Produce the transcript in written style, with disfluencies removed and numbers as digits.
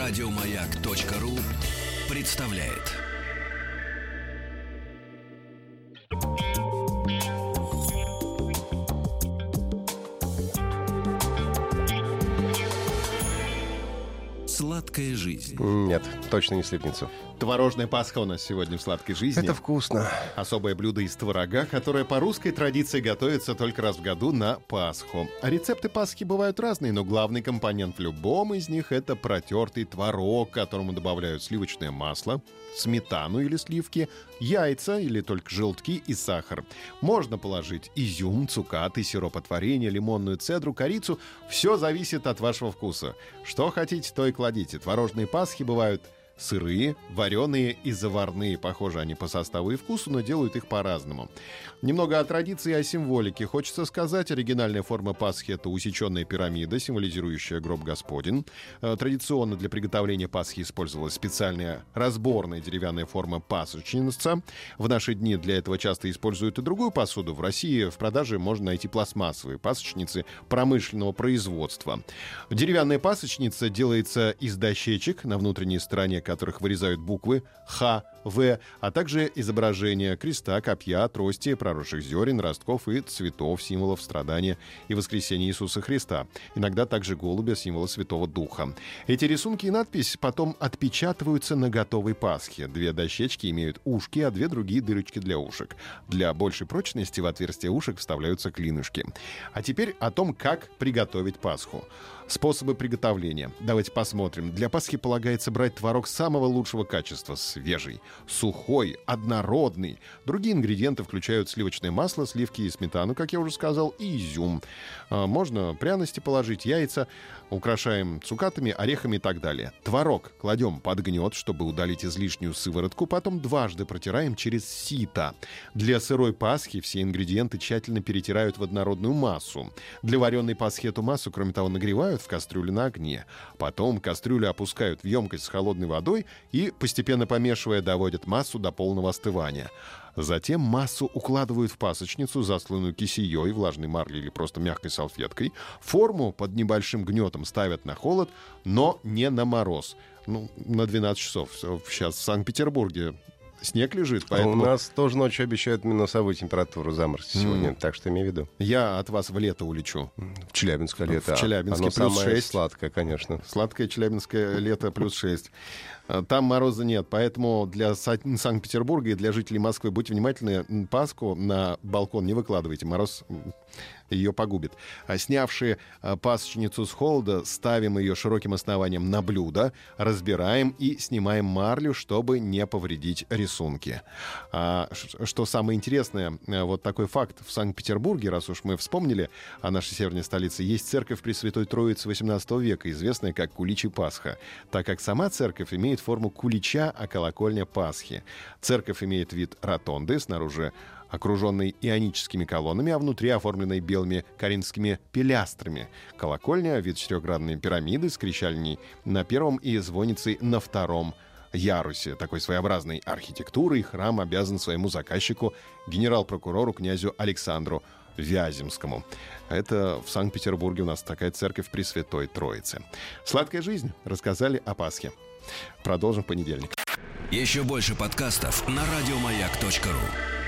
Радиомаяк.ру представляет. Сладкая жизнь. Нет, точно не слипницу. Творожная Пасха у нас сегодня в «Сладкой жизни». Это вкусно. Особое блюдо из творога, которое по русской традиции готовится только раз в году на Пасху. А рецепты Пасхи бывают разные, но главный компонент в любом из них — это протертый творог, к которому добавляют сливочное масло, сметану или сливки, яйца или только желтки и сахар. Можно положить изюм, цукаты, сироп от варенья, лимонную цедру, корицу. Все зависит от вашего вкуса. Что хотите, то и кладите. Творожные Пасхи бывают сырые, вареные и заварные. Похожи они по составу и вкусу, но делают их по-разному. Немного о традиции и о символике. Хочется сказать, оригинальная форма Пасхи — это усеченная пирамида, символизирующая гроб Господень. Традиционно для приготовления Пасхи использовалась специальная разборная деревянная форма пасочница. В наши дни для этого часто используют и другую посуду. В России в продаже можно найти пластмассовые пасочницы промышленного производства. Деревянная пасочница делается из дощечек, на внутренней стороне которых вырезают буквы Х, В, а также изображения креста, копья, трости, проросших зерен, ростков и цветов, символов страдания и воскресения Иисуса Христа. Иногда также голубя, символа Святого Духа. Эти рисунки и надпись потом отпечатываются на готовой Пасхе. 2 дощечки имеют ушки, а 2 другие дырочки для ушек. Для большей прочности в отверстие ушек вставляются клинышки. А теперь о том, как приготовить Пасху. Способы приготовления. Давайте посмотрим. Для Пасхи полагается брать творог самого лучшего качества. Свежий, сухой, однородный. Другие ингредиенты включают сливочное масло, сливки и сметану, как я уже сказал, и изюм. Можно пряности положить, яйца. Украшаем цукатами, орехами и так далее. Творог кладем под гнет, чтобы удалить излишнюю сыворотку. Потом дважды протираем через сито. Для сырой Пасхи все ингредиенты тщательно перетирают в однородную массу. Для вареной Пасхи эту массу, кроме того, нагревают в кастрюле на огне. Потом кастрюлю опускают в емкость с холодной водой и, постепенно помешивая, доводят массу до полного остывания. Затем массу укладывают в пасочницу, засланную кисеей, влажной марлей или просто мягкой салфеткой. Форму под небольшим гнетом ставят на холод, но не на мороз. На 12 часов. Сейчас в Санкт-Петербурге снег лежит, поэтому... У нас тоже ночью обещают минусовую температуру, заморозки сегодня, так что имей в виду. Я от вас в лето улечу. В Челябинское лето. В Челябинске оно плюс самое 6. сладкое, конечно. Сладкое челябинское лето плюс 6. Там мороза нет, поэтому для Санкт-Петербурга и для жителей Москвы будьте внимательны, Пасху на балкон не выкладывайте, мороз ее погубит. Снявши пасочницу с холода, ставим ее широким основанием на блюдо, разбираем и снимаем марлю, чтобы не повредить рисунки. Что самое интересное, вот такой факт. В Санкт-Петербурге, раз уж мы вспомнили о нашей северной столице, есть церковь Пресвятой Троицы XVIII века, известная как Куличи Пасха, так как сама церковь имеет форму кулича, а колокольня Пасхи. Церковь имеет вид ротонды, снаружи окруженной ионическими колоннами, а внутри оформленной белыми коринфскими пилястрами. Колокольня — вид 4-гранной пирамиды с крещальней на первом и звонницей на втором ярусе. Такой своеобразной архитектурой храм обязан своему заказчику, генерал-прокурору князю Александру Вяземскому. Это в Санкт-Петербурге у нас такая церковь Пресвятой Троицы. «Сладкая жизнь» рассказали о Пасхе. Продолжим в понедельник. Еще больше подкастов на радиомаяк.ру.